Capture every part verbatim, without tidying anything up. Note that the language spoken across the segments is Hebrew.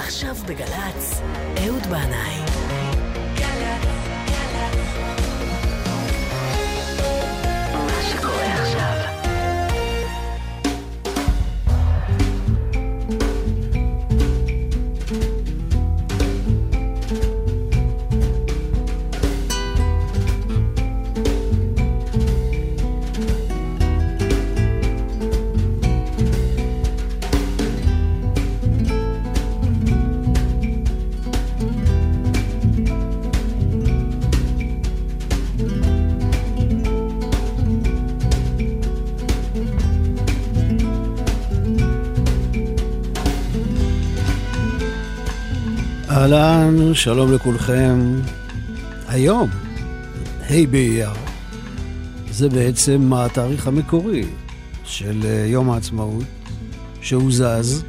עכשיו בגלץ, אהוד בנאי. מה שקורה עכשיו. אהלן, שלום לכולכם. היום, ה' באייר, זה בעצם התאריך המקורי של יום העצמאות, שהוא זז.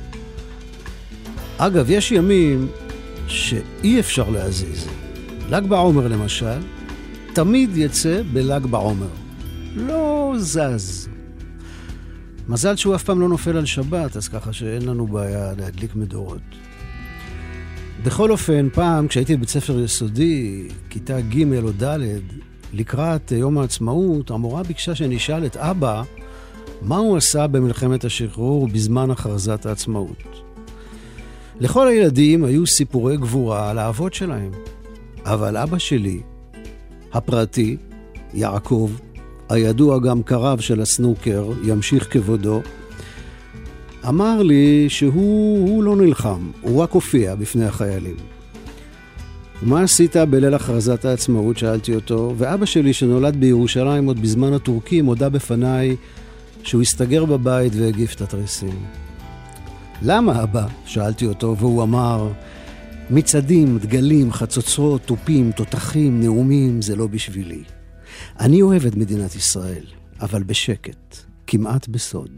אגב, יש ימים שאי אפשר להזיז. ל"ג בעומר למשל, תמיד יצא בל"ג בעומר. לא זז. מזל שהוא אף פעם לא נופל על שבת, אז ככה שאין לנו בעיה להדליק מדורות. בכל אופן, פעם כשהייתי בבית ספר יסודי, כיתה ג' או ד', לקראת יום העצמאות, המורה ביקשה שנשאל את אבא מה הוא עשה במלחמת השחרור בזמן הכרזת העצמאות. לכל הילדים היו סיפורי גבורה על האבות שלהם, אבל אבא שלי, הפרטי, יעקב, הידוע גם קרב של הסנוקר, ימשיך כבודו, אמר לי שהוא לא נלחם, הוא רק הופיע בפני החיילים. ומה עשית בליל הכרזת העצמאות? שאלתי אותו, ואבא שלי שנולד בירושלים עוד בזמן הטורקים הודע בפניי שהוא הסתגר בבית והגיף את התריסים. למה אבא? שאלתי אותו, והוא אמר, מצדים, דגלים, חצוצרות, טופים, תותחים, נאומים, זה לא בשבילי. אני אוהב את מדינת ישראל, אבל בשקט, כמעט בסוד.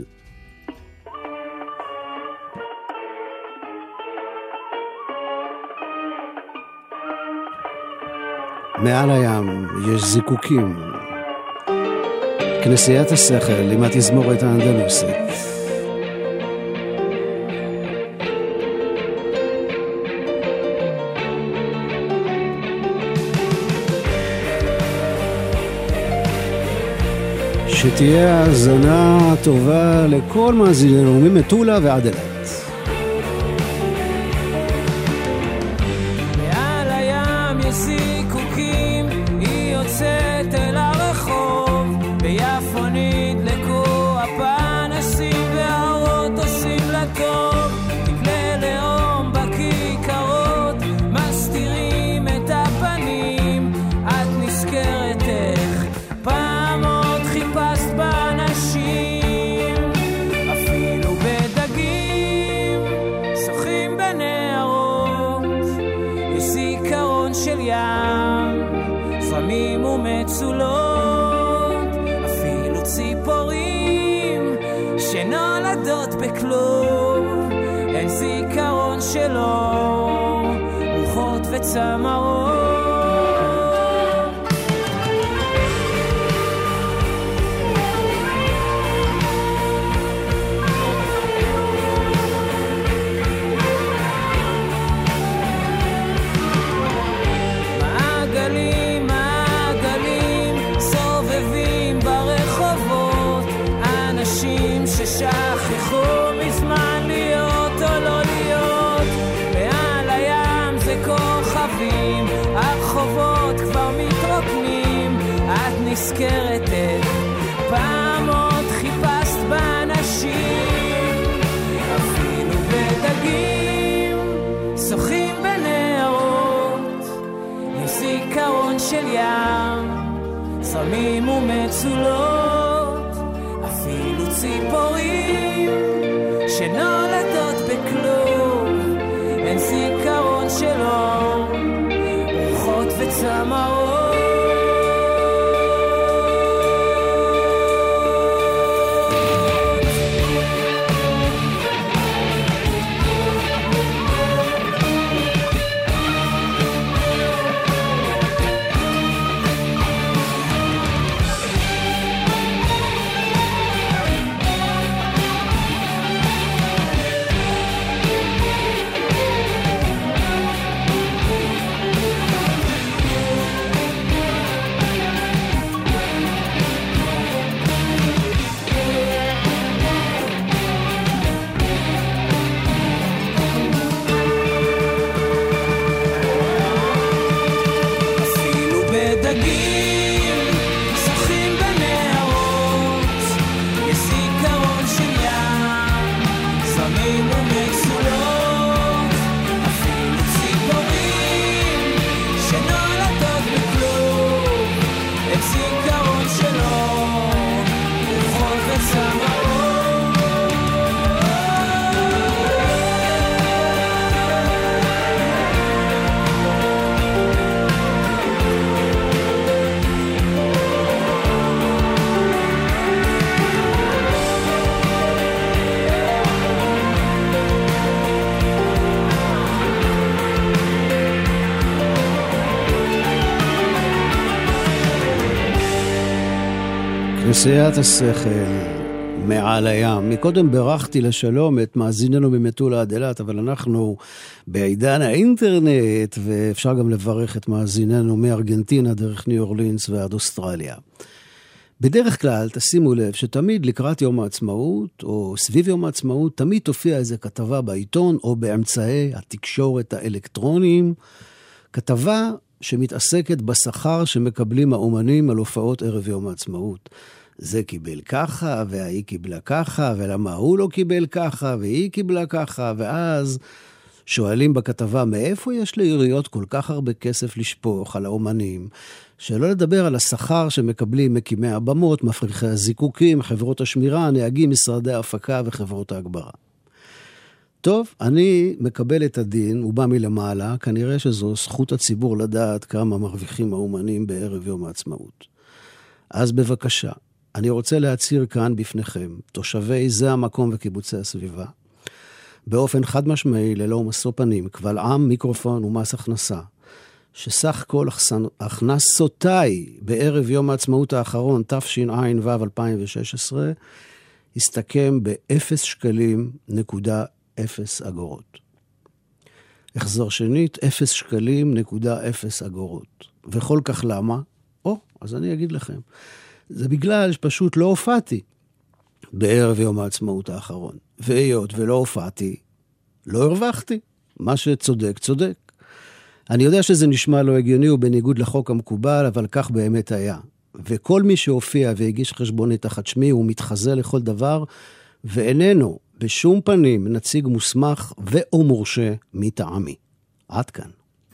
מעל הים יש זיקוקים. כנסיית השכל עם התזמורת האנדלוסית. שתהיה האזנה טובה לכל מאזיננו ממטולה ועד אילת. אפילו ציפורים שנולדות בכלום, אין זיכרון שלו, רוחות וצמרות. שכחו מזמן להיות או לא להיות, מעל הים זה כוכבים, הרחובות כבר מתרוקנים, את נזכרת איך פעם עוד חיפשת באנשים, אפילו בדגים שוחים בנהרות, יש זיכרון של ים, סמים ומצולות, אפילו ציפורים שנולדות בכלום, אין זיכרון שלו, רוחות וצמרות. נסיעת השכל מעל הים. מקודם ברכתי לשלום את מאזיננו ממטולה עד אילת, אבל אנחנו בעידן האינטרנט, ואפשר גם לברך את מאזיננו מארגנטינה דרך ניו אורלינס ועד אוסטרליה. בדרך כלל, תשימו לב שתמיד לקראת יום העצמאות, או סביב יום העצמאות, תמיד תופיע איזו כתבה בעיתון, או באמצעי התקשורת האלקטרוניים, כתבה שמתעסקת בשכר שמקבלים האומנים על הופעות ערב יום העצמאות. זה קיבל ככה, והיא קיבלה ככה, ולמה הוא לא קיבל ככה, והיא קיבלה ככה, ואז שואלים בכתבה, מאיפה יש לעיריות כל כך הרבה כסף לשפוך על האומנים, שלא לדבר על השכר שמקבלים מקימי הבמות, מפריחי הזיקוקים, חברות השמירה, נהגים, משרדי ההפקה וחברות ההגברה. טוב, אני מקבל את הדין, הוא בא מלמעלה, כנראה שזו זכות הציבור לדעת כמה מרוויחים האומנים בערב יום העצמאות. אז בבקשה, אני רוצה להצהיר כאן בפניכם, תושבי זה המקום וקיבוצי הסביבה, באופן חד משמעי, ללא משוא פנים, קבל עם, מיקרופון ומס הכנסה, שסך כל הכנסותיי בערב יום העצמאות האחרון, תשע"ו אלפיים ושש עשרה, הסתכם ב-אפס שקלים נקודה אפס אגורות. החזר שנית, אפס שקלים נקודה אפס אגורות. וכל כך למה? או, אז אני אגיד לכם. זה בגלל שפשוט לא הופעתי בערב יום העצמאות האחרון. והיות ולא הופעתי, לא הרווחתי. מה שצודק, צודק. אני יודע שזה נשמע לא הגיוני ובניגוד לחוק המקובל, אבל כך באמת היה. וכל מי שהופיע והגיש חשבונית תחת שמי, הוא מתחזה לכל דבר, ואיננו בשום פנים נציג מוסמך ואו מורשה מטעמי. עד כאן.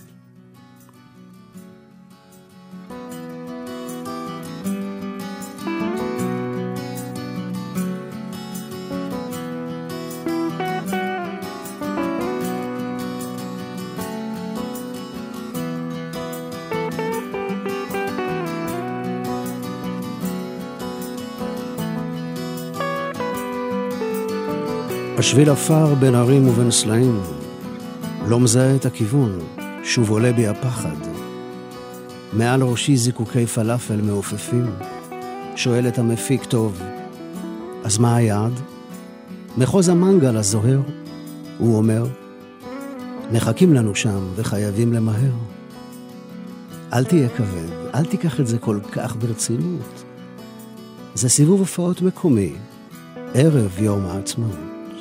השביל עפר בין ערים ובין סלעים, לא מזהה את הכיוון, שוב עולה בי הפחד. מעל ראשי זיקוקי פלאפל מעופפים, שואל את המפיק טוב, אז מה היעד? מחוז המנגל הזוהר, הוא אומר, מחכים לנו שם וחייבים למהר. אל תהיה כבד, אל תיקח את זה כל כך ברצינות. זה סיבוב הופעות מקומי, ערב יום העצמאות.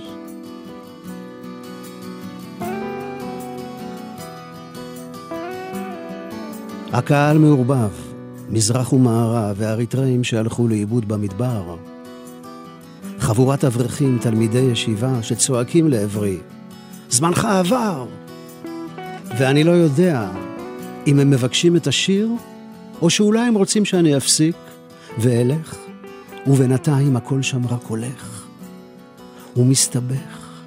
הקהל מעורבב, מזרח ומערב ואריתראים שהלכו לאיבוד במדבר. חבורת אברכים, תלמידי ישיבה שצועקים לעברי, זמנך עבר! ואני לא יודע אם הם מבקשים את השיר, או שאולי הם רוצים שאני אפסיק ואלך, ובינתיים הכל שם רק הולך ומסתבך.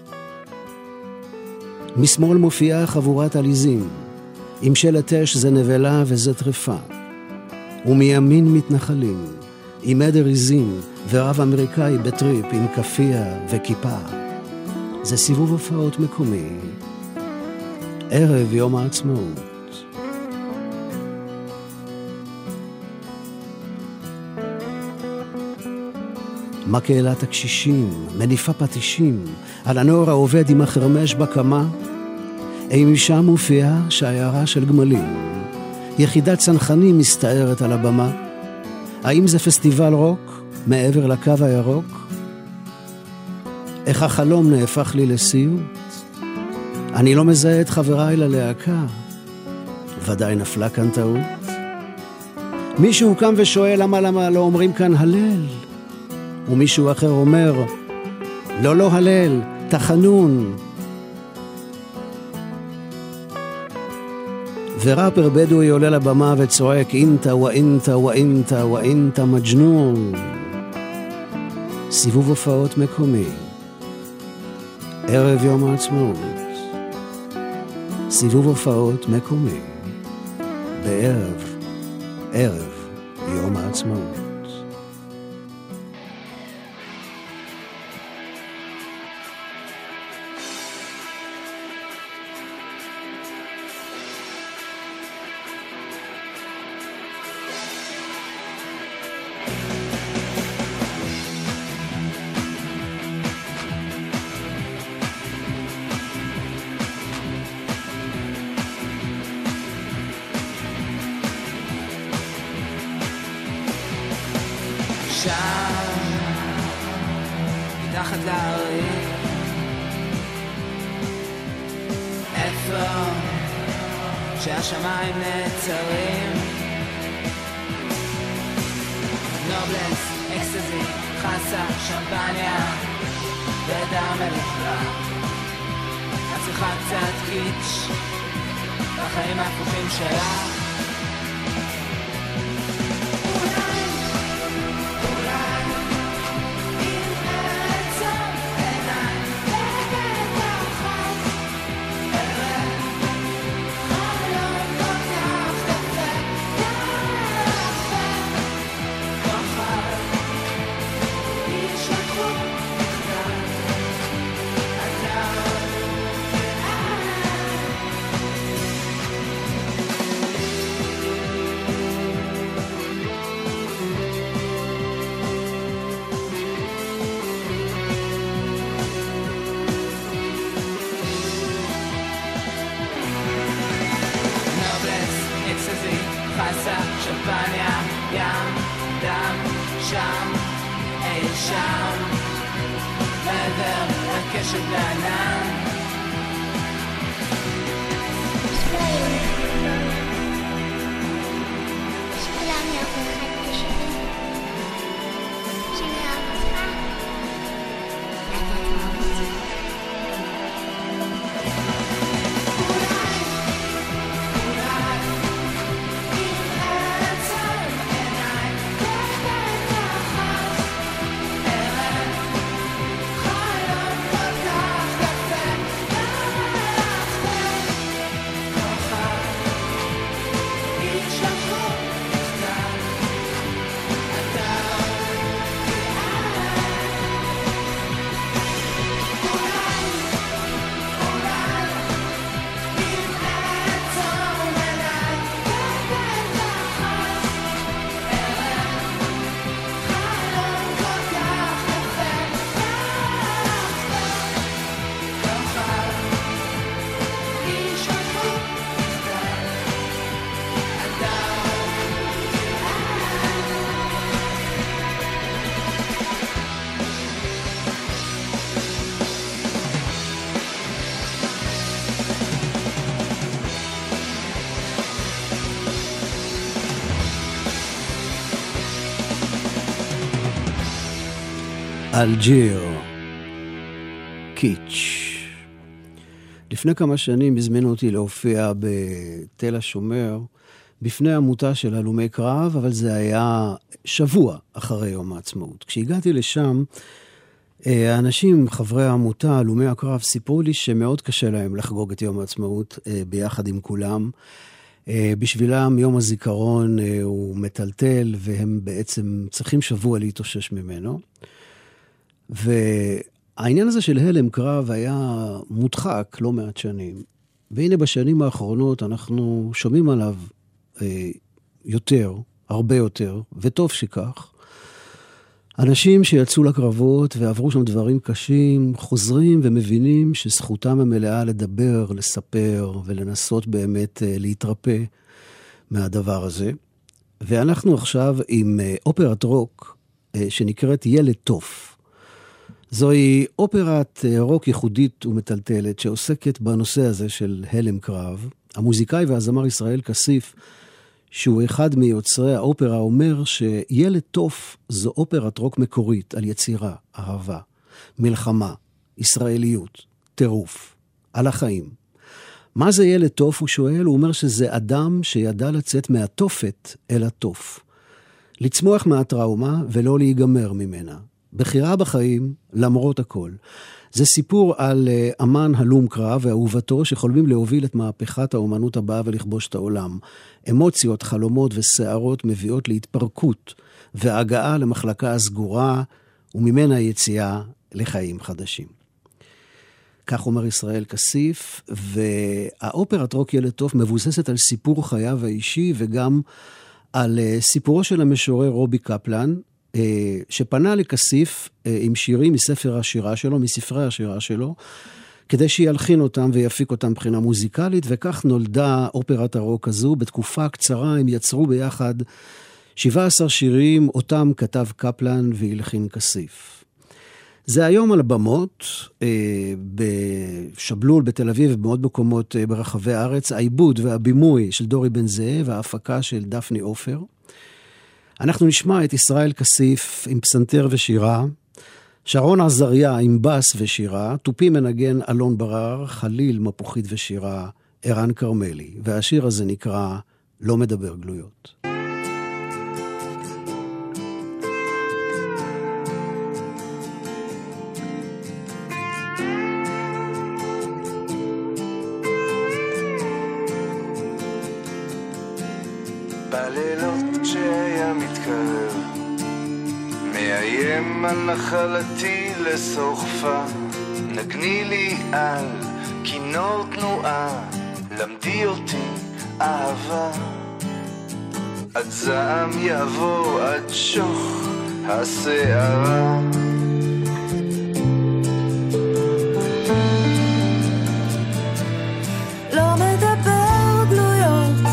משמאל מופיעה חבורת עליזים, עם שלט אש זה נבלה וזה טרפה, ומימין מתנחלים, עם עדר עיזים ורב אמריקאי בטריפ עם כפיה וכיפה. זה סיבוב הופעות מקומי, ערב יום העצמאות. מקהלת הקשישים, מניפה פטישים, על הנוער העובד עם החרמש בקמה, אי משם מופיעה שיירה של גמלים. יחידת צנחנים מסתערת על הבמה. האם זה פסטיבל רוק מעבר לקו הירוק? איך החלום נהפך לי לסיוט? אני לא מזהה את חבריי ללהקה. ודאי נפלה כאן טעות. מישהו קם ושואל למה למה לא אומרים כאן הלל? ומישהו אחר אומר, לא לא הלל, תחנון. וראפר בדואי עולה לבמה וצועק אינטה ואינטה ואינטה ואינטה מג'נון. סיבוב הופעות מקומי, ערב יום העצמאות. סיבוב הופעות מקומי, בערב, ערב יום העצמאות. שם, מתחת להרים, איפה שהשמיים נעצרים. נובלס, אקסטזי, חסה, שמפניה ודם מלוכלך. את צריכה קצת קיץ' בחיים ההפוכים שלך. שמפניה, ים, דם, שם, אי שם, מעבר לקשת בענן. שכולם יאהבו אחד את השני, שאני אוהב אותך, ואתה תאהב אותי. אלג'יר, קיץ'. לפני כמה שנים הזמינו אותי להופיע בתל השומר, בפני עמותה של הלומי קרב, אבל זה היה שבוע אחרי יום העצמאות. כשהגעתי לשם, האנשים, חברי העמותה, הלומי הקרב, סיפרו לי שמאוד קשה להם לחגוג את יום העצמאות ביחד עם כולם. בשבילם יום הזיכרון הוא מטלטל, והם בעצם צריכים שבוע להתאושש ממנו. והעניין הזה של הלם קרב היה מודחק לא מעט שנים. והנה בשנים האחרונות אנחנו שומעים עליו אה, יותר, הרבה יותר, וטוב שכך. אנשים שיצאו לקרבות ועברו שם דברים קשים, חוזרים ומבינים שזכותם המלאה לדבר, לספר ולנסות באמת אה, להתרפא מהדבר הזה. ואנחנו עכשיו עם אה, אופרת רוק אה, שנקראת ילד טוב. זוהי אופרת רוק ייחודית ומטלטלת שעוסקת בנושא הזה של הלם קרב. המוזיקאי והזמר ישראל כסיף, שהוא אחד מיוצרי האופרה, אומר שילד טוב זו אופרת רוק מקורית על יצירה, אהבה, מלחמה, ישראליות, טירוף, על החיים. מה זה ילד טוב? הוא שואל, הוא אומר שזה אדם שידע לצאת מהתופת אל הטוב. לצמוח מהטראומה ולא להיגמר ממנה. בחירה בחיים למרות הכל. זה סיפור על אמן הלום קרב ואהובתו שחולמים להוביל את מהפכת האומנות הבאה ולכבוש את העולם. אמוציות, חלומות ושערות מביאות להתפרקות והגעה למחלקה הסגורה וממנה יציאה לחיים חדשים. כך אומר ישראל כסיף, והאופרת רוק ילד טוב מבוססת על סיפור חייו האישי וגם על סיפורו של המשורר רובי קפלן, שפנה לכסיף עם שירים מספר השירה שלו, מספרי השירה שלו, כדי שילחין אותם ויפיק אותם מבחינה מוזיקלית, וכך נולדה אופרת הרוק הזו. בתקופה קצרה הם יצרו ביחד שבעה עשר שירים אותם כתב קפלן והלחין כסיף. זה היום על הבמות, אה, בשבלול, בתל אביב ובמאות מקומות אה, ברחבי הארץ, העיבוד והבימוי של דורי בן זאב וההפקה של דפני עופר. אנחנו נשמע את ישראל כסיף עם פסנתר ושירה, שרון עזריה עם בס ושירה, טופי מנגן אלון ברר, חליל מפוחית ושירה, ערן קרמלי, והשיר הזה נקרא לא מדבר גלויות. בלילות כשהיה מתקרב מאיים על נחלתי לסוחפה, נגני לי על כינור תנועה, למדי אותי אהבה, עד זעם יעבור עד שוך השערה. לא מדבר גלויות,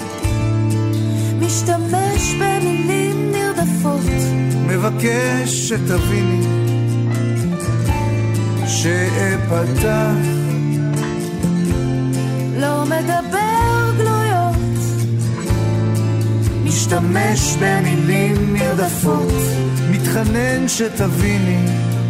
משתמש במילים נרדפות, מבקש שתביני שאפתח, לא מדבר גלויות, משתמש במילים נרדפות, מתחנן שתביני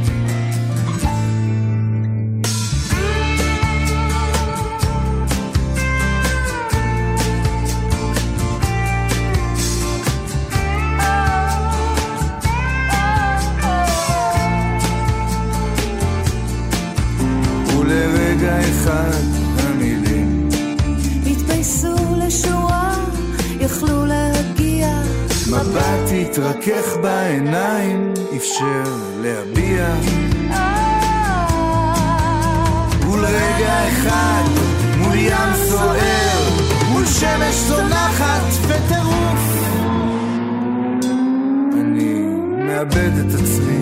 אחד המילים התפייסו לשורה, יכלו להגיע, מבט התרכך בעיניים, אפשר להביע, מול רגע אחד, מול ים סוער, מול שמש זונחת וטירוף, אני מאבד את עצמי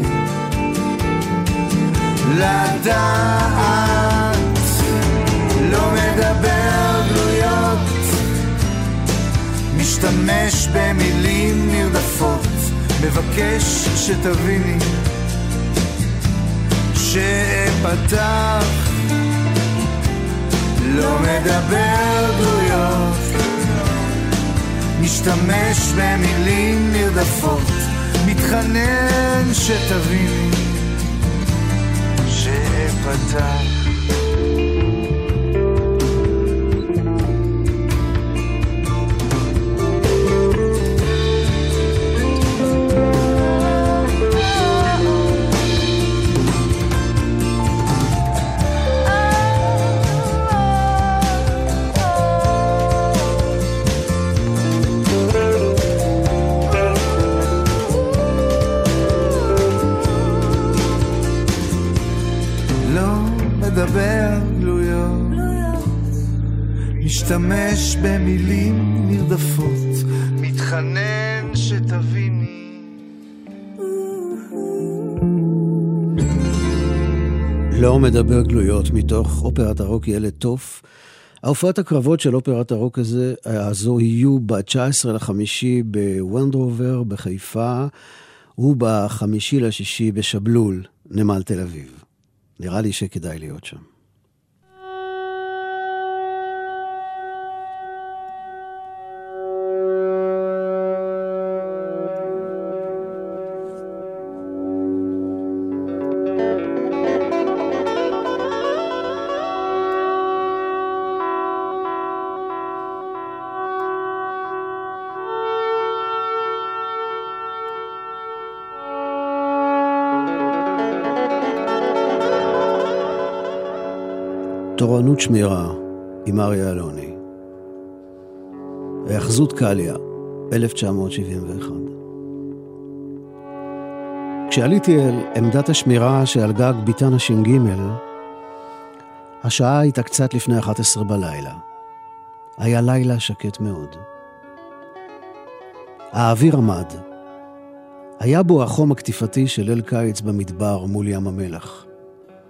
לדעת, לא מדבר גלויות, משתמש במילים נרדפות, מבקש שתביני שאפתח, לא מדבר גלויות, משתמש במילים נרדפות, מתחנן שתביני שאפתח. מדבר גלויות, משתמש במילים נרדפות, מתחנן שתביני. לא מדבר גלויות, מתוך אופרת הרוק ילד טוב. ההופעות הקרבות של אופרת הרוק הזה, הזו יהיו ב-תשעה עשר לחמישי בוונדרובר בחיפה, וב-חמישי לשישי בשבלול, נמל תל אביב. נראה לי שכדאי להיות שם. תורנות שמירה עם אריה אלוני. היאחזות קליה, אלף תשע מאות שבעים ואחת. כשעליתי אל עמדת השמירה שעל גג ביתן הש"ג, השעה הייתה קצת לפני אחת עשרה בלילה. היה לילה שקט מאוד. האוויר עמד. היה בו החום הקטיפתי של ליל קיץ במדבר מול ים המלח.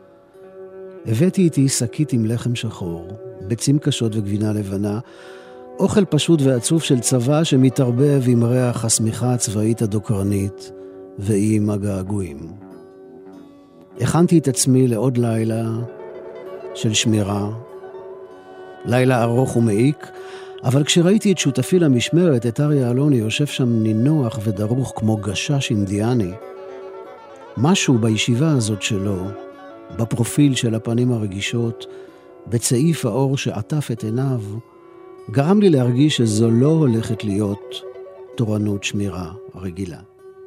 הבאתי איתי שקית עם לחם שחור, ביצים קשות וגבינה לבנה, אוכל פשוט ועצוב של צבא שמתערבב עם ריח הסמיכה הצבאית הדוקרנית ועם הגעגועים. הכנתי את עצמי לעוד לילה של שמירה, לילה ארוך ומעיק, אבל כשראיתי את שותפי למשמרת, את אריה אלוני, יושב שם נינוח ודרוך כמו גשש אינדיאני, משהו בישיבה הזאת שלו, בפרופיל של הפנים הרגישות, בצעיף האור שעטף את עיניו, גרם לי להרגיש שזו לא הולכת להיות תורנות שמירה רגילה.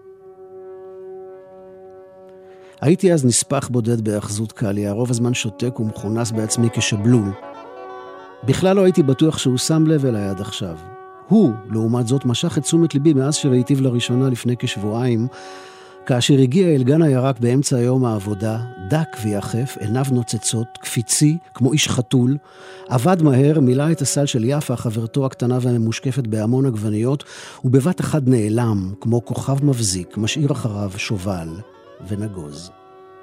הייתי אז נספח בודד באחזות קליה, רוב הזמן שותק ומכונס בעצמי כשבלול. בכלל לא הייתי בטוח שהוא שם לב אליי עד עכשיו. הוא, לעומת זאת, משך את תשומת ליבי מאז שראיתיו לראשונה לפני כשבועיים, כאשר הגיע אל גן הירק באמצע היום העבודה, דק ויחף, עיניו נוצצות, קפיצי, כמו איש חתול, עבד מהר, מילא את הסל של יפה, חברתו הקטנה והממושקפת בהמון עגבניות, ובבת אחד נעלם, כמו כוכב מבזיק, משאיר אחריו שובל ונגוז.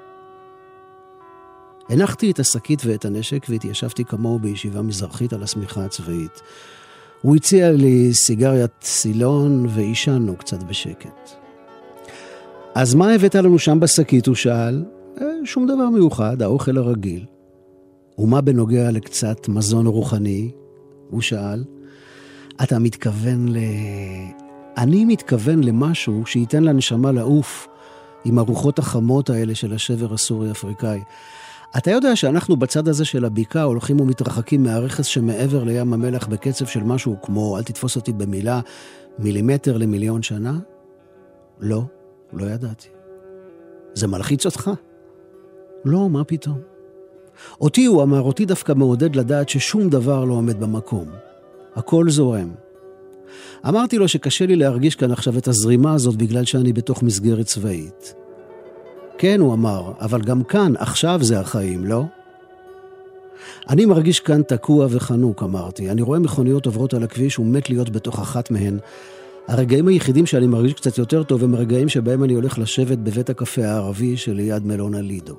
הנחתי את השקית ואת הנשק והתיישבתי כמוהו בישיבה מזרחית על הסמיכה הצבאית. הוא הציע לי סיגריית סילון ואישנו קצת בשקט. אז מה הבאת לנו שם בשקית? הוא שאל. אה, שום דבר מיוחד, האוכל הרגיל. ומה בנוגע לקצת מזון רוחני? הוא שאל. אתה מתכוון ל... אני מתכוון למשהו שייתן לנשמה לעוף עם הרוחות החמות האלה של השבר הסורי-אפריקאי. אתה יודע שאנחנו בצד הזה של הבקעה הולכים ומתרחקים מהרכס שמעבר לים המלח בקצב של משהו כמו, אל תתפוס אותי במילה, מילימטר למיליון שנה? לא, לא ידעתי. זה מלחיץ אותך? לא, מה פתאום? אותי, הוא אמר, אותי דווקא מעודד לדעת ששום דבר לא עומד במקום. הכל זורם. אמרתי לו שקשה לי להרגיש כאן עכשיו את הזרימה הזאת בגלל שאני בתוך מסגרת צבאית. כן, הוא אמר, אבל גם כאן, עכשיו זה החיים, לא? אני מרגיש כאן תקוע וחנוק, אמרתי. אני רואה מכוניות עוברות על הכביש ומת להיות בתוך אחת מהן. הרגעים היחידים שאני מרגיש קצת יותר טוב הם הרגעים שבהם אני הולך לשבת בבית הקפה הערבי שליד מלון הלידו.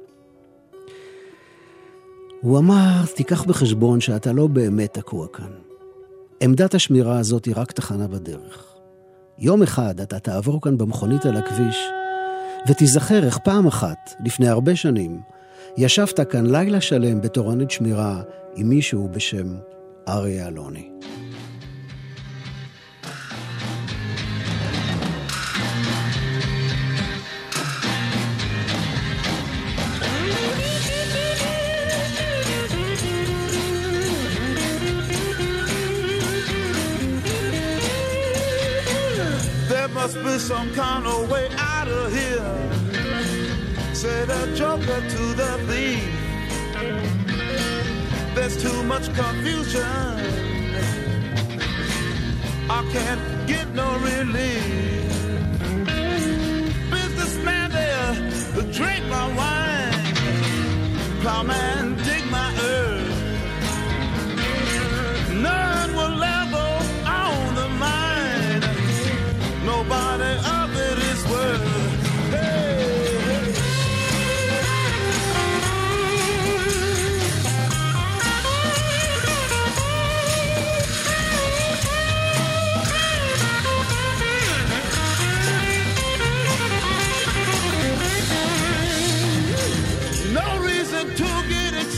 הוא אמר, תיקח בחשבון שאתה לא באמת תקוע כאן. עמדת השמירה הזאת היא רק תחנה בדרך. יום אחד אתה תעבור כאן במכונית על הכביש, ותיזכר איך פעם אחת, לפני הרבה שנים, ישבת כאן לילה שלם בתורנית שמירה עם מישהו בשם אריה אלוני. Must be some kind of way out of here, said a joker to the thief. There's too much confusion, I can't get no relief. Businessman there, drink my wine, plowman dig my earth. None will level on the mine, nobody of it is worth. Hey, hey. No reason to get excited.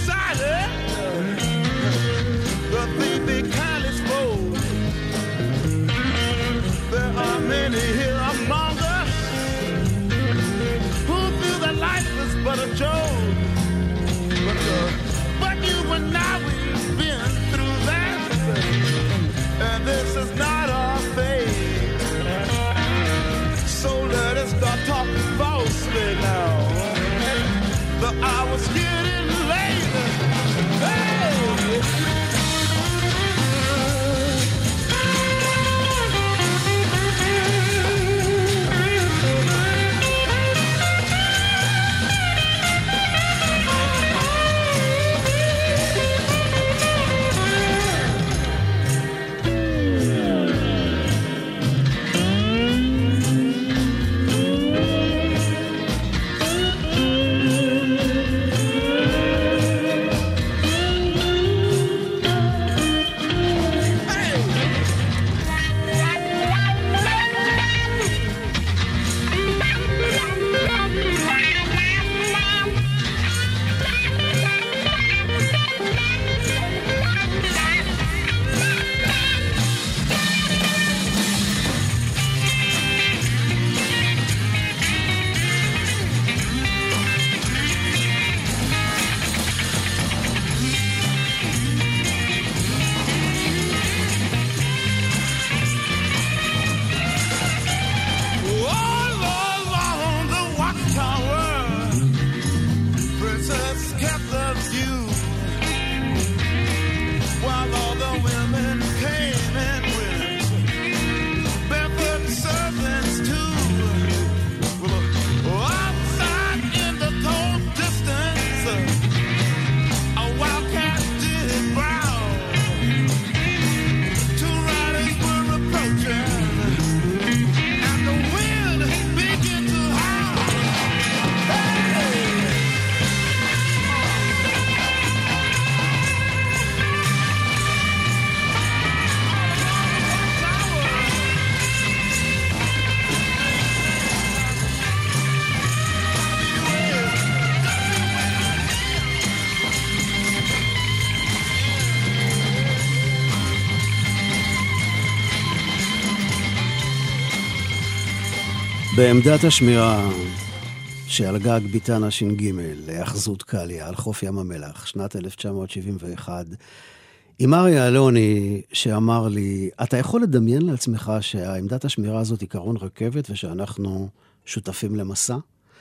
בעמדת השמירה שעל גג ביתן הש"ג להאחזות קליה על חוף ים המלח, שנת אלף תשע מאות שבעים ואחת, עם אריה אלוני שאמר לי, אתה יכול לדמיין לעצמך שהעמדת השמירה הזאת היא קרון רכבת ושאנחנו שותפים למסע?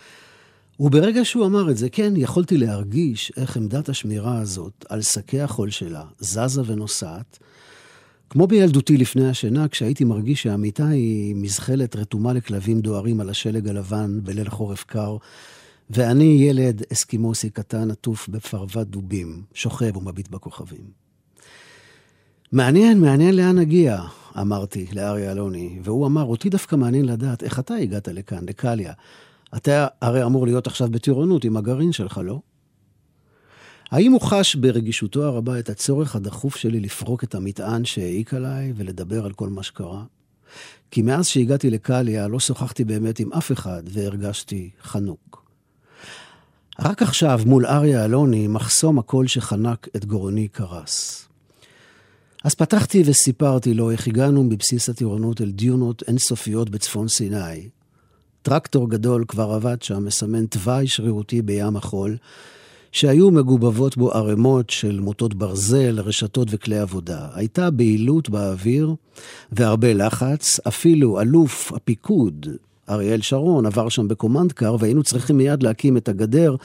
וברגע שהוא אמר את זה, כן, יכולתי להרגיש איך עמדת השמירה הזאת על שקי החול שלה זזה ונוסעת, כמו בילדותי לפני השינה, כשהייתי מרגיש שהמיטה היא מזחלת רתומה לכלבים דוהרים על השלג הלבן בליל חורף קר, ואני ילד אסקימוסי קטן עטוף בפרוות דובים, שוכב ומביט בכוכבים. מעניין, מעניין לאן נגיע, אמרתי לאריה אלוני, והוא אמר, אותי דווקא מעניין לדעת איך אתה הגעת לכאן, לקליה. אתה הרי אמור להיות עכשיו בטירונות עם הגרעין שלך, לא? האם הוא חש ברגישותו הרבה את הצורך הדחוף שלי לפרוק את המטען שהעיק עליי ולדבר על כל מה שקרה? כי מאז שהגעתי לקליה לא שוחחתי באמת עם אף אחד והרגשתי חנוק. רק עכשיו מול אריה אלוני מחסום הקול שחנק את גרוני קרס. אז פתחתי וסיפרתי לו איך הגענו בבסיס הטירונות אל דיונות אינסופיות בצפון סיני. טרקטור גדול כבר עבד שם, מסמן תוואי שרירותי בים החול, שהיו מגובבות בו ערמות של מוטות ברזל, רשתות וכלי עבודה. הייתה בעילות באוויר והרבה לחץ, אפילו אלוף הפיקוד, אריאל שרון, עבר שם בקומנד קר, והיינו צריכים מיד להקים את הגדר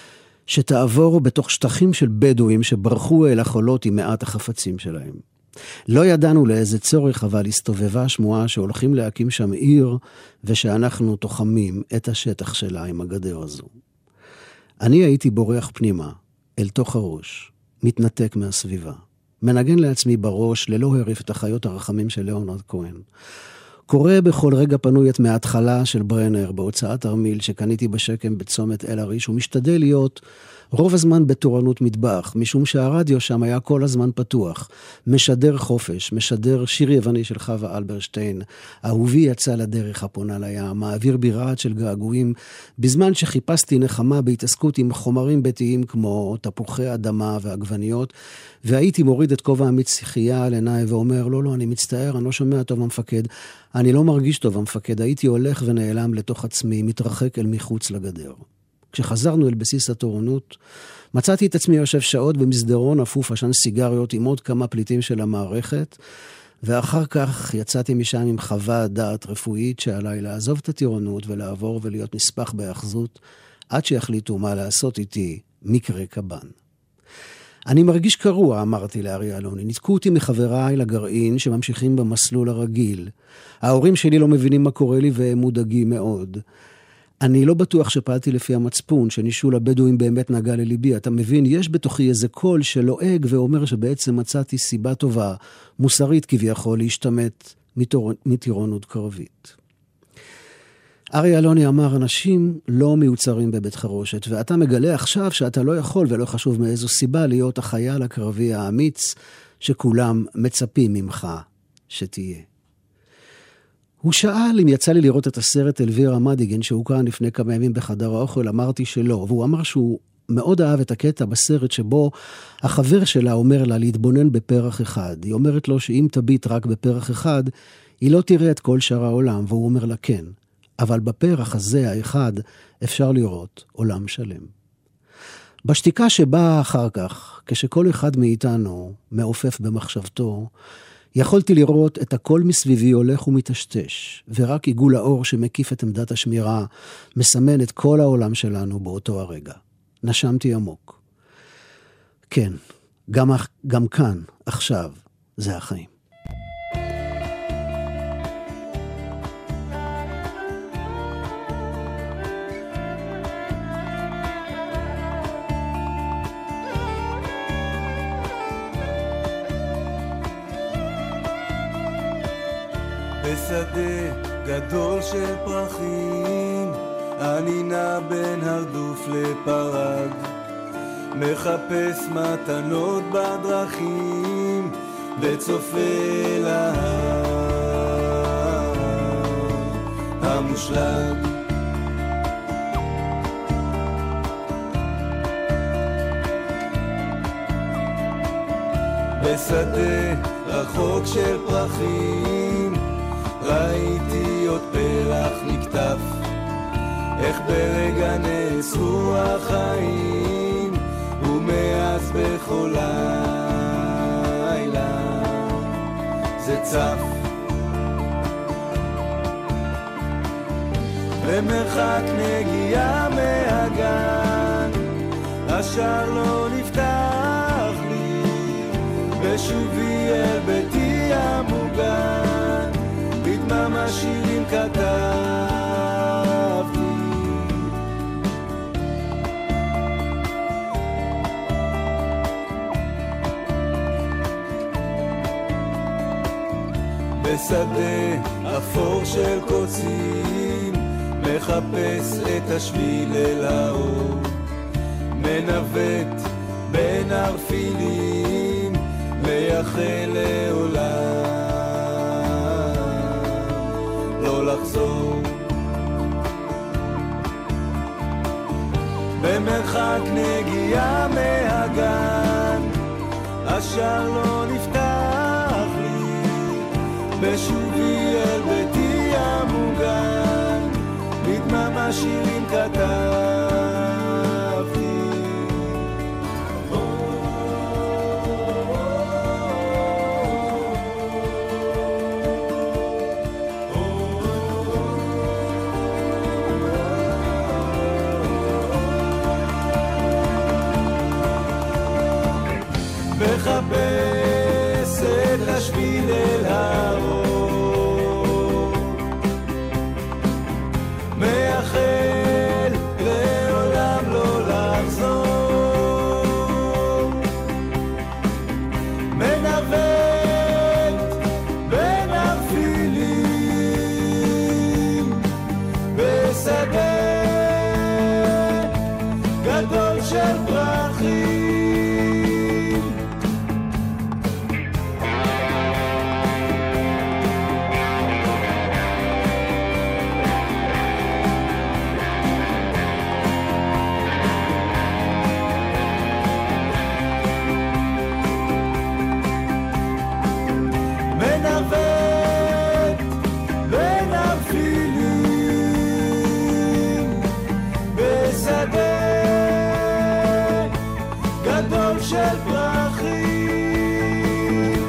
שתעבור בתוך שטחים של בדואים שברחו אל החולות עם מעט החפצים שלהם. לא ידענו לאיזה צורך, אבל הסתובבה שמועה שהולכים להקים שם עיר, ושאנחנו תוחמים את השטח שלה עם הגדר הזו. אני הייתי בורח פנימה, אל תוך הראש, מתנתק מהסביבה. מנגן לעצמי בראש, ללא הריף את החיות הרחמים של ליאונרד כהן. קורא בכל רגע פנוי את מההתחלה של ברנר, בהוצאת תרמיל שקניתי בשקם בצומת אל הריש, ומשתדל להיות רוב הזמן בתורנות מטבח, משום שהרדיו שם היה כל הזמן פתוח. משדר חופש, משדר שיר יווני של חווה אלברשטיין, אהובי יצא לדרך הפונה לים, מעביר בירעת של געגועים, בזמן שחיפשתי נחמה בהתעסקות עם חומרים ביתיים כמו תפוחי אדמה ועגבניות, והייתי מוריד את כובע המצחייה על עיניי ואומר, לא, לא, אני מצטער, אני לא שומע טוב המפקד, אני לא מרגיש טוב המפקד, הייתי הולך ונעלם לתוך עצמי, מתרחק אל מחוץ לגדר. כשחזרנו אל בסיס התורנות, מצאתי את עצמי יושב שעות במסדרון אפוף עשן סיגריות עם עוד כמה פליטים של המערכת, ואחר כך יצאתי משם עם חוות דעת רפואית שעליי לעזוב את הטירונות ולעבור ולהיות נספח בהאחזות, עד שיחליטו מה לעשות איתי מקרה קבן. אני מרגיש קרוע, אמרתי לאריה אלוני, ניתקו אותי מחבריי לגרעין שממשיכים במסלול הרגיל. ההורים שלי לא מבינים מה קורה לי והם מודאגים מאוד. אני לא בטוח שפעלתי לפי המצפון, שנישול הבדואים באמת נגע לליבי. אתה מבין, יש בתוכי איזה קול שלועג ואומר שבעצם מצאתי סיבה טובה, מוסרית כביכול, להשתמט מטירונות קרבית. אריה אלוני אמר, אנשים לא מיוצרים בבית חרושת, ואתה מגלה עכשיו שאתה לא יכול ולא חשוב מאיזו סיבה להיות החייל הקרבי האמיץ שכולם מצפים ממך שתהיה. הוא שאל אם יצא לי לראות את הסרט אלווירה מדיגן שהוקרן לפני כמה ימים בחדר האוכל, אמרתי שלא, והוא אמר שהוא מאוד אהב את הקטע בסרט שבו החבר שלה אומר לה להתבונן בפרח אחד. היא אומרת לו שאם תביט רק בפרח אחד, היא לא תראה את כל שאר העולם, והוא אומר לה כן, אבל בפרח הזה האחד אפשר לראות עולם שלם. בשתיקה שבאה אחר כך, כשכל אחד מאיתנו מעופף במחשבתו, יכולתי לראות את הכל מסביבי הולך ומתשתש, ורק עיגול האור שמקיף את עמדת השמירה מסמן את כל העולם שלנו באותו הרגע. נשמתי עמוק. כן, גם, גם כאן, עכשיו, זה החיים. בשדה גדול של פרחים, אני נע בין הרדוף לפרד, מחפש מתנות בדרכים, וצופה להר המושלג. בשדה רחוק של פרחים, ראיתי עוד פרח נקטף, איך ברגע נעצרו החיים, ומאז בכל לילה זה צף. במרחק נגיעה מהגן, השער לא נפתח לי, בשובי אל ביתי המוגן, בדממה שירים כתבתי. בשדה אפור של קוצים, מחפש את השביל אל האור, מנווט בין ערפילים, מייחל לעולם לא לחזור. במרחק נגיעה מהגן, השער לא נפתח לי, בשובי אל ביתי המוגן, בדממה שירים כתבתי. מחפש את השביל אל האור, מייחל לעולם לא לחזור, מנווט בין ערפילים, בשדה גדול של פרחים. של פרחים.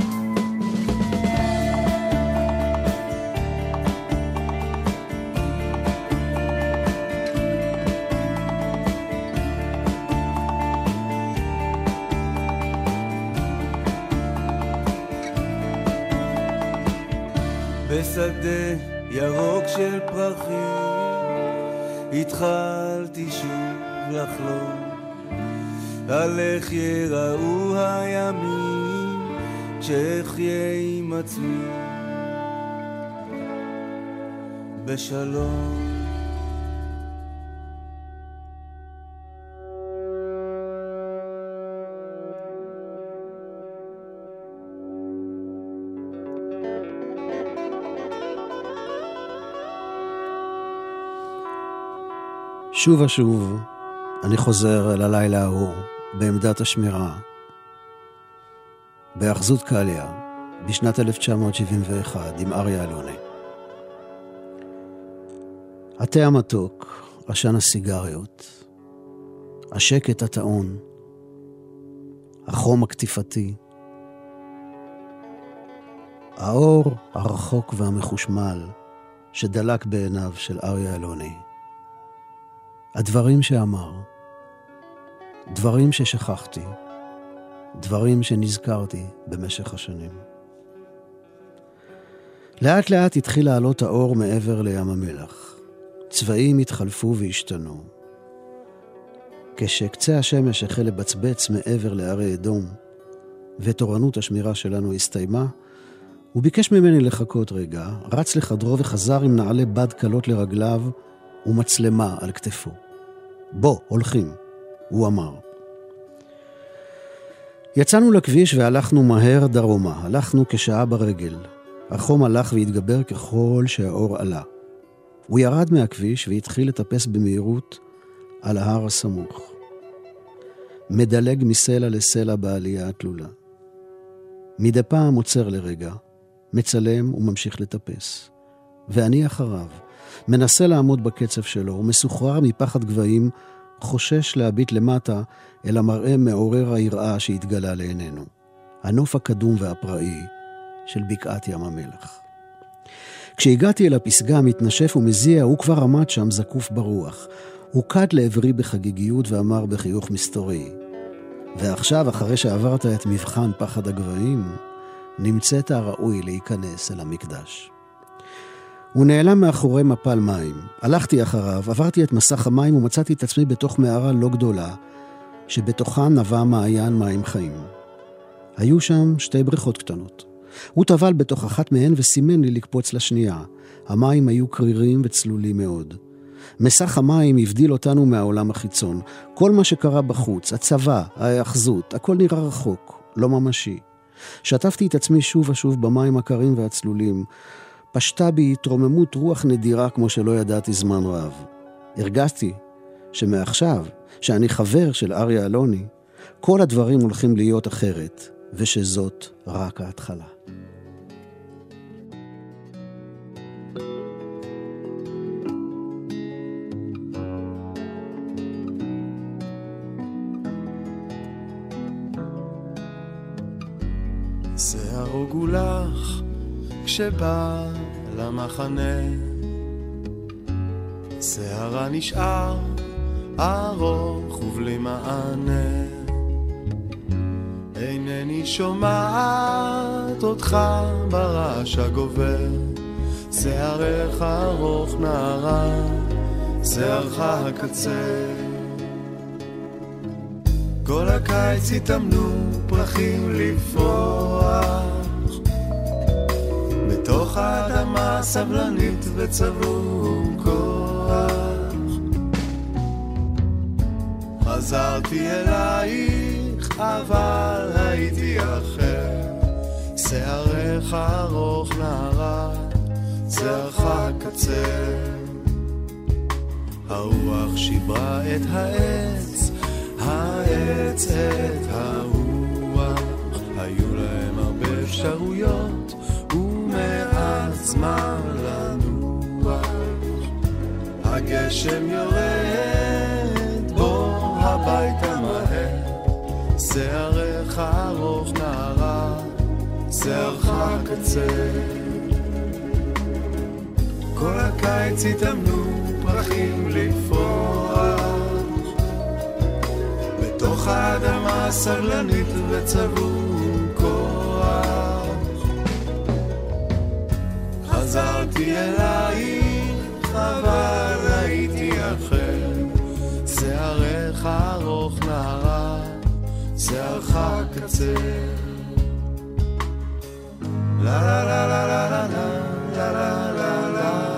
בשדה ירוק של פרחים, התחלתי שוב לחלום על איך יראו הימים כשאחיה עם עצמי בשלום. שוב ושוב אני חוזר אל הלילה ההוא בעמדת השמירה, באחזות קליה, בשנת אלף תשע מאות שבעים ואחת, עם אריה אלוני. התה המתוק, עשן הסיגריות, השקט הטעון, החום הקטיפתי, האור הרחוק והמחושמל שדלק בעיניו של אריה אלוני. הדברים שאמר, דברים ששכחתי, דברים שנזכרתי במשך השנים. לאט לאט התחיל לעלות האור מעבר לים המלח. צבעים התחלפו והשתנו. כשקצה השמש החל לבצבץ מעבר להרי אדום, ותורנות השמירה שלנו הסתיימה, הוא ביקש ממני לחכות רגע, רץ לחדרו וחזר עם נעלי בד קלות לרגליו ומצלמה על כתפו. בוא, הולכים, הוא אמר. יצאנו לכביש והלכנו מהר דרומה, הלכנו כשעה ברגל. החום הלך והתגבר ככל שהאור עלה. הוא ירד מהכביש והתחיל לטפס במהירות על ההר הסמוך. מדלג מסלע לסלע בעלייה התלולה. מדי פעם עוצר לרגע, מצלם וממשיך לטפס. ואני אחריו, מנסה לעמוד בקצב שלו, ומסוחרר מפחד גבהים, חושש להביט למטה אל המראה מעורר היראה שהתגלה לעינינו. הנוף הקדום והפראי של בקעת ים המלח. כשהגעתי אל הפסגה המתנשף ומזיע, הוא כבר עמד שם זקוף ברוח. הוא קד לעברי בחגיגיות ואמר בחיוך מסתורי, ועכשיו, אחרי שעברת את מבחן פחד הגבהים, נמצאת הראוי להיכנס אל המקדש. הוא נעלם מאחורי מפל מים. הלכתי אחריו, עברתי את מסך המים ומצאתי את עצמי בתוך מערה לא גדולה, שבתוכה נבע מעיין מים חיים. היו שם שתי בריכות קטנות. הוא טבל בתוך אחת מהן וסימן לי לקפוץ לשנייה. המים היו קרירים וצלולים מאוד. מסך המים הבדיל אותנו מהעולם החיצון. כל מה שקרה בחוץ, הצבא, ההאחזות, הכל נראה רחוק, לא ממשי. שטפתי את עצמי שוב ושוב במים הקרים והצלולים. פשטה בי התרוממות רוח נדירה כמו שלא ידעתי זמן רב. הרגשתי שמעכשיו, שאני חבר של אריה אלוני, כל הדברים הולכים להיות אחרת, ושזאת רק ההתחלה. שערו גולח כשבא למחנה, שערה נשאר ארוך ובלי מענה, אינני שומעת אותך ברעש הגובר, שערך ארוך נערה, שערך הקצר. כל הקיץ התאמנו פרחים לפרוח, בתוך האדמה סבלנית וצבור כוח. חזרתי אלייך אבל הייתי אחר, שערך ארוך נערה, שערך קצר. הרוח שיברה את העץ, העץ את הרוח, היו להם הרבה אפשרויות ומעט זמן לנוח. הגשם יורד, בוא הביתה מהר, שערך ארוך נערה, שערך קצר. כל הקיץ התאמנו פרחים לפרוח, בתוך האדמה סבלנית וצבור כוח. חזרתי אלייך אבל הייתי אחר, שערך ארוך נערה, שערך קצר. לה לה לה לה לה לה לה לה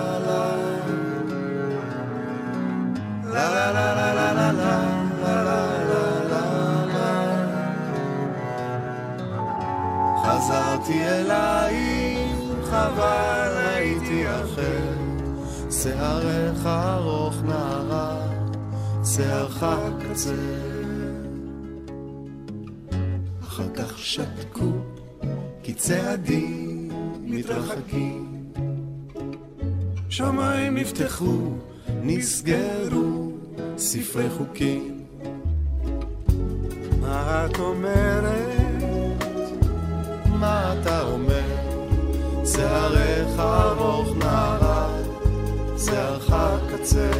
לה לה לה לה לה לה. חזרתי אלייך אבל הייתי אחר, שערך ארוך נערה, שערך קצר. אחר כך שתקו כי צעדים מתרחקים, שמיים נפתחו, נסגרו ספרי חוקים. מה את אומרת? מה אתה אומר? שערך ארוך נערה, שערך קצר.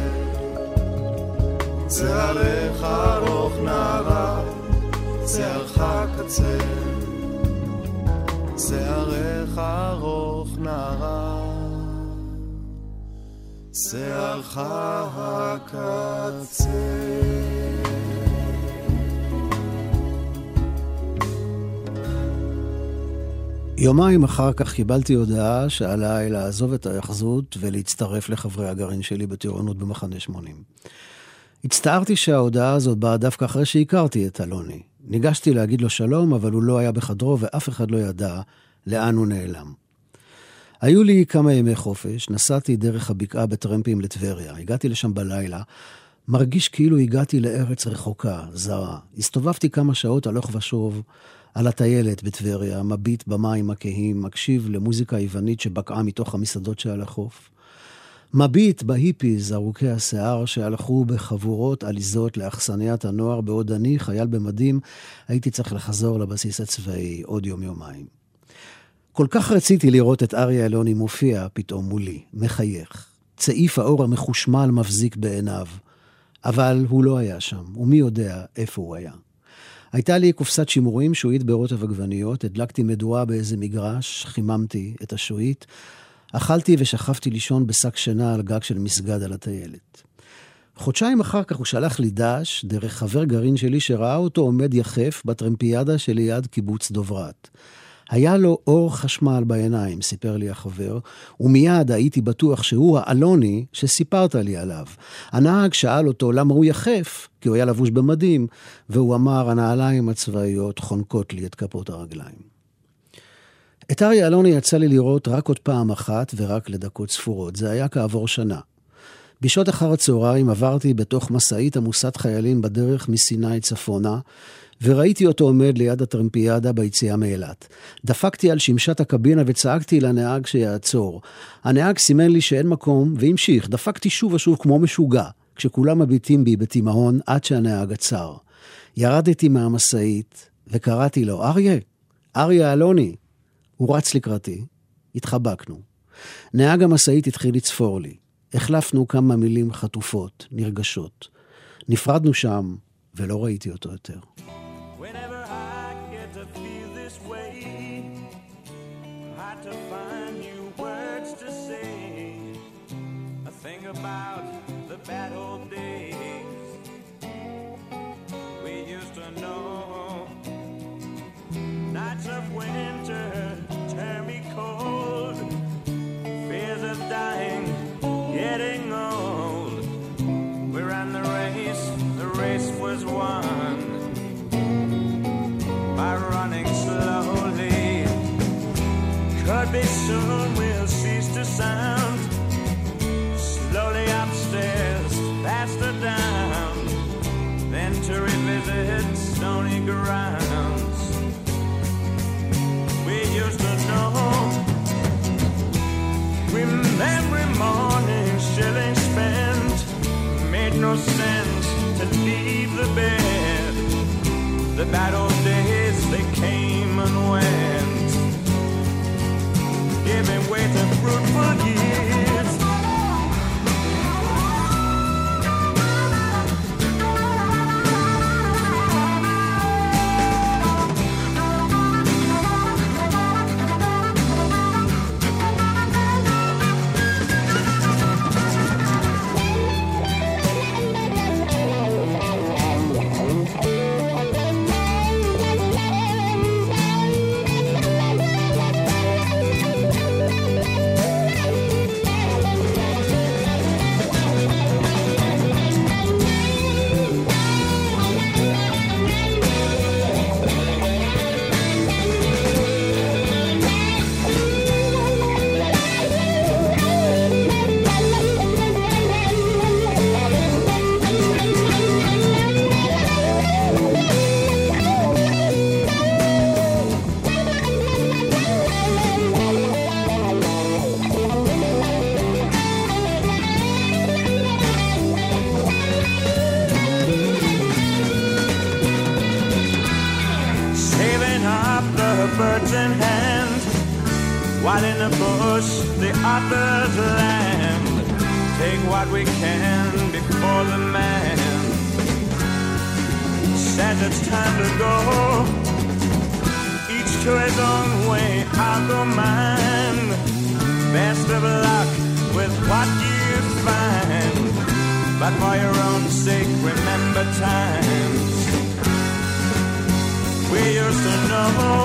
שערך ארוך נערה, שערך קצר. שערך ארוך נערה, שערך קצר. יומיים אחר כך קיבלתי הודעה שעליי לעזוב את ההאחזות ולהצטרף לחברי הגרעין שלי בטירונות במחנה שמונים. הצטערתי שההודעה הזאת באה דווקא אחרי שהכרתי את אלוני. ניגשתי להגיד לו שלום, אבל הוא לא היה בחדרו ואף אחד לא ידע לאן הוא נעלם. היו לי כמה ימי חופש, נסעתי דרך הבקעה בטרמפים לטבריה. הגעתי לשם בלילה, מרגיש כאילו הגעתי לארץ רחוקה, זרה. הסתובבתי כמה שעות הלוך ושוב על הטיילת בטבריה, מביט במים הכהים, מקשיב למוזיקה היוונית שבקעה מתוך המסעדות שעל החוף. מביט בהיפיז ארוכי השיער שהלכו בחבורות עליזות לאכסניית הנוער, בעוד אני, חייל במדים, הייתי צריך לחזור לבסיס הצבאי עוד יום יומיים. כל כך רציתי לראות את אריה אלוני מופיע פתאום מולי, מחייך. צעיף האור המחושמל מבזיק בעיניו. אבל הוא לא היה שם, ומי יודע איפה הוא היה. הייתה לי קופסת שימורים, שועית ברוטב עגבניות, הדלקתי מדורה באיזה מגרש, חיממתי את השועית, אכלתי ושכבתי לישון בשק שינה על גג של מסגד על הטיילת. חודשיים אחר כך הוא שלח לי דש, דרך חבר גרעין שלי שראה אותו עומד יחף בטרמפיאדה שליד קיבוץ דוברת. היה לו אור חשמל בעיניים, סיפר לי החבר, ומיד הייתי בטוח שהוא האלוני שסיפרת לי עליו. הנהג שאל אותו למה הוא יחף, כי הוא היה לבוש במדים, והוא אמר, הנעליים הצבאיות חונקות לי את כפות הרגליים. את אריה אלוני יצא לי לראות רק עוד פעם אחת ורק לדקות ספורות. זה היה כעבור שנה. בשעות אחר הצהריים עברתי בתוך מסעית עמוסת חיילים בדרך מסיני צפונה, וראיתי אותו עומד ליד הטרמפיאדה ביציאה מאילת. דפקתי על שמשת הקבינה וצעקתי לנהג שיעצור. הנהג סימן לי שאין מקום והמשיך. דפקתי שוב ושוב כמו משוגע, כשכולם מביטים בי בתימהון עד שהנהג עצר. ירדתי מהמסעית וקראתי לו, אריה, אריה אלוני. הוא רץ לקראתי, התחבקנו. נהג המסעית התחיל לצפור לי. החלפנו כמה מילים חטופות, נרגשות. נפרדנו שם ולא ראיתי אותו יותר. Whenever I get to feel this way, hard to find new words to say. I think about the bad old days we used to know. Nights of winter turn me cold. Fears of dying, getting old. We ran the race, the race was won by running slowly. Could be soon we'll cease to sound. Slowly upstairs, faster down, then to revisit stony grounds we used to know. Remembering morning shilling spent, made no sense to leave the bed. The bad old days, they came and went, giving way to fruitful years. Birds in hand, while in the bush the others land. Take what we can before the man says it's time to go. Each to his own way, I'll go mine. Best of luck with what you find, but for your own sake remember times we used to know.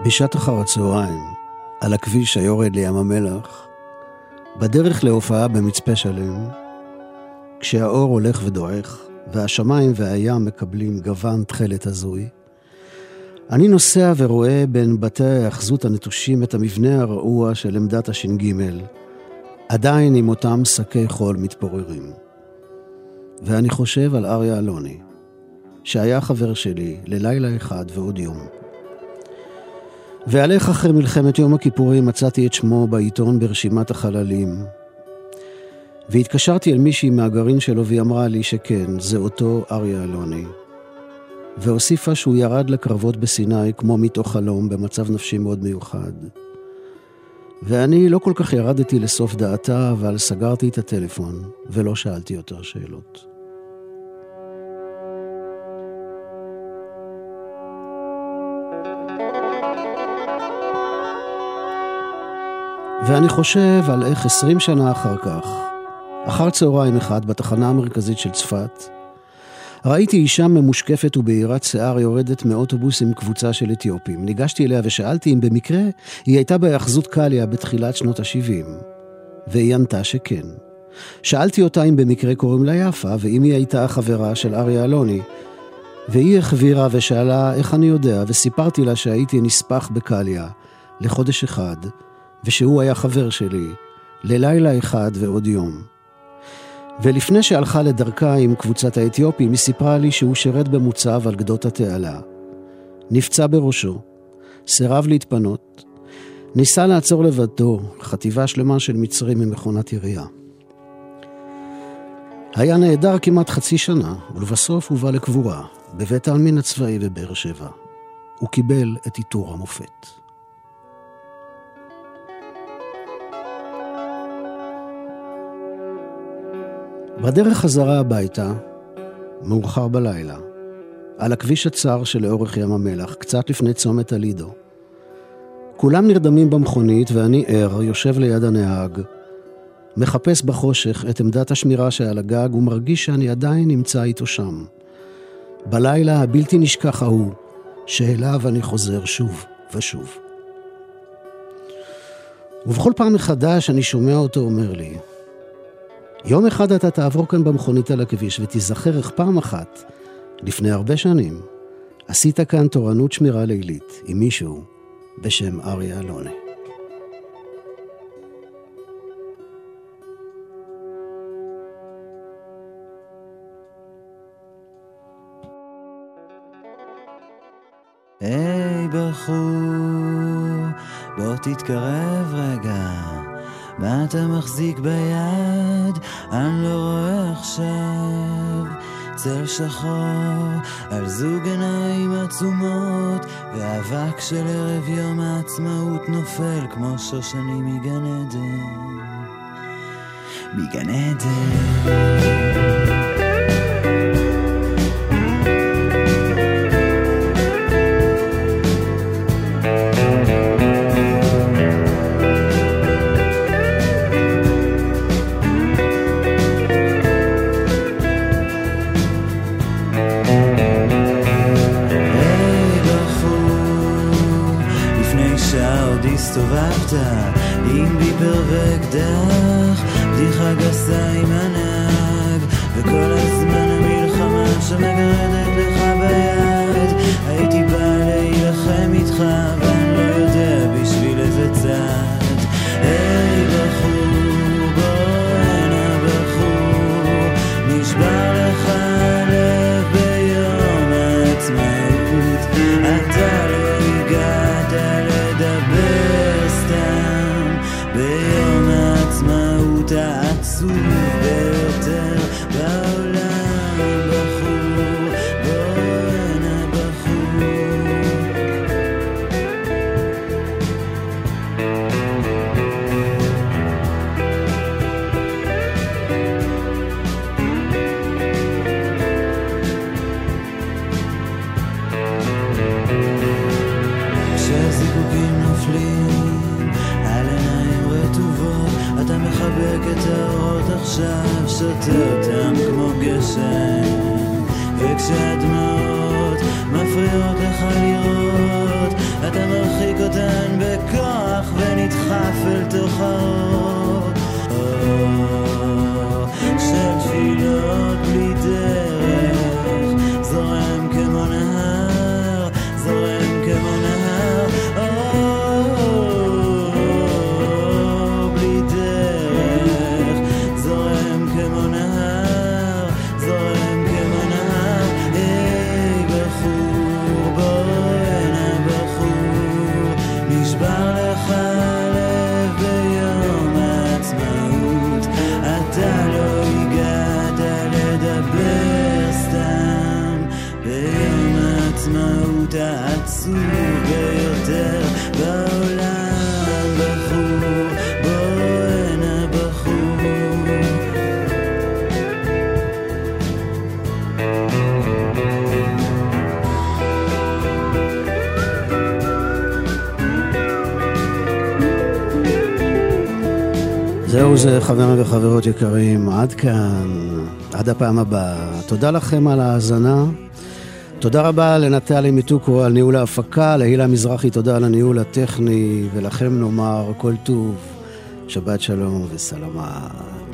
בשעת אחר הצהריים, על הכביש היורד לים המלח, בדרך להופעה במצפה שלם, כשהאור הולך ודועך, והשמיים והים מקבלים גוון תחלת הזוי, אני נוסע ורואה בין בתי האחזות הנטושים את המבנה הרעוע של עמדת הש"ג, עדיין עם אותם שקי חול מתפוררים. ואני חושב על אריה אלוני, שהיה חבר שלי ללילה אחד ועוד יום. ועל איך אחרי מלחמת יום הכיפורים מצאתי את שמו בעיתון ברשימת החללים, והתקשרתי אל מישהי מהגרעין שלו והיא אמרה לי שכן, זה אותו אריה אלוני. והוסיפה שהוא ירד לקרבות בסיני כמו מתוך חלום במצב נפשי מאוד מיוחד. ואני לא כל כך ירדתי לסוף דעתה, אבל סגרתי את הטלפון ולא שאלתי יותר שאלות. ואני חושב על איך עשרים שנה אחר כך, אחר צהריים אחד בתחנה המרכזית של צפת, ראיתי אישה ממושקפת ובעירת שיער יורדת מאוטובוס עם קבוצה של אתיופים. ניגשתי אליה ושאלתי אם במקרה היא הייתה באחזות קליה בתחילת שנות ה-שבעים, והיא ענתה שכן. שאלתי אותה אם במקרה קוראים לה יפה, ואם היא הייתה החברה של אריה אלוני, והיא החבירה ושאלה איך אני יודע, וסיפרתי לה שהייתי נספח בקליה לחודש אחד, ושהוא היה חבר שלי ללילה אחד ועוד יום. ולפני שהלכה לדרכה עם קבוצת האתיופים, היא סיפרה לי שהוא שירת במוצב על גדות התעלה. נפצע בראשו, סירב להתפנות, ניסה לעצור לבדו חטיבה שלמה של מצרים ממכונת ירייה. היה נהדר כמעט חצי שנה, ולבסוף הוא בא לקבורה בבית העלמין הצבאי בבאר שבע. הוא קיבל את עיטור המופת. בדרך חזרה הביתה, מאוחר בלילה, על הכביש הצר שלאורך ים המלח, קצת לפני צומת הלידו. כולם נרדמים במכונית ואני ער, יושב ליד הנהג, מחפש בחושך את עמדת השמירה שעל הגג ומרגיש שאני עדיין נמצא איתו שם. בלילה הבלתי נשכח ההוא, שאליו אני חוזר שוב ושוב. ובכל פעם מחדש אני שומע אותו אומר לי, יום אחד אתה תעבור כאן במכונית על הכביש ותיזכר איך פעם אחת, לפני הרבה שנים, עשית כאן תורנות שמירה לילית עם מישהו בשם אריה אלוני. היי בחור, בוא תתקרב רגע, מה אתה מחזיק ביד? אני לא רואה עכשיו. צל שחור על זוג עיניים עצומות, ואבק של ערב יום העצמאות נופל כמו שושנים מגן עדן, מגן עדן. הסתובבת עם ביפר ואקדח, בדיחה גסה עם הנהג, וכל הזמן המלחמה שמגרדת לך ביד. הייתי בא להילחם איתך ואני לא יודע בשביל איזה צד. היי בחור, בוא הנה בחור, נשבר לך הלב ביום העצמאות, אתה לא הגעת לדבר סתם ביום העצמאות העצוב ביותר בעולם. בחור, בוא הנה בחור. כשהזיקוקים נופלים על עיניים רטובות, אתה מחבק את האורות עכשיו, שותה אותם כמו גשם, וכשהדמעות מפריעות לך לראות אתה מרחיק אותן בכוח ונדחף אל תוך האור של תפילות בלי דרך, זורם כמו נהר, זורם כמו נהר, בלי דרך, זורם כמו נהר, זורם כמו נהר. היי בחור, בואנה בחור, נשבר לך הלב ביום העצמאות, אתה לא הגעת לדבר סתם ביום העצמאות העצוב ביותר בעולם. בחור, בואנה בחור. זהו זה, חברים וחברות יקרים, עד כאן, עד הפעם הבאה. תודה לכם על ההאזנה. תודה רבה לנטלי מיטוקו על ניהול ההפקה, להילה מזרחי תודה על הניהול הטכני, ולכם נאמר כל טוב, שבת שלום וסלמת.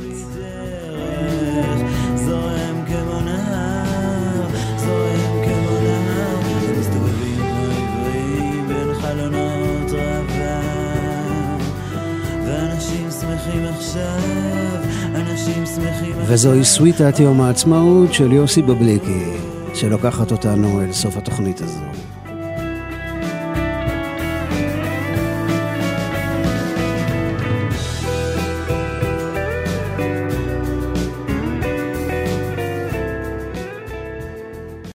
זורם כמו נהר, זורם כמו נהר, הם מסתובבים כמו עברים בין חלונות רעבה, ואנשים שמחים עכשיו, אנשים שמחים עכשיו. וזוהי סוויטת יום העצמאות של יוסי בבליקי, שלוקחת אותנו אל סוף התוכנית הזו.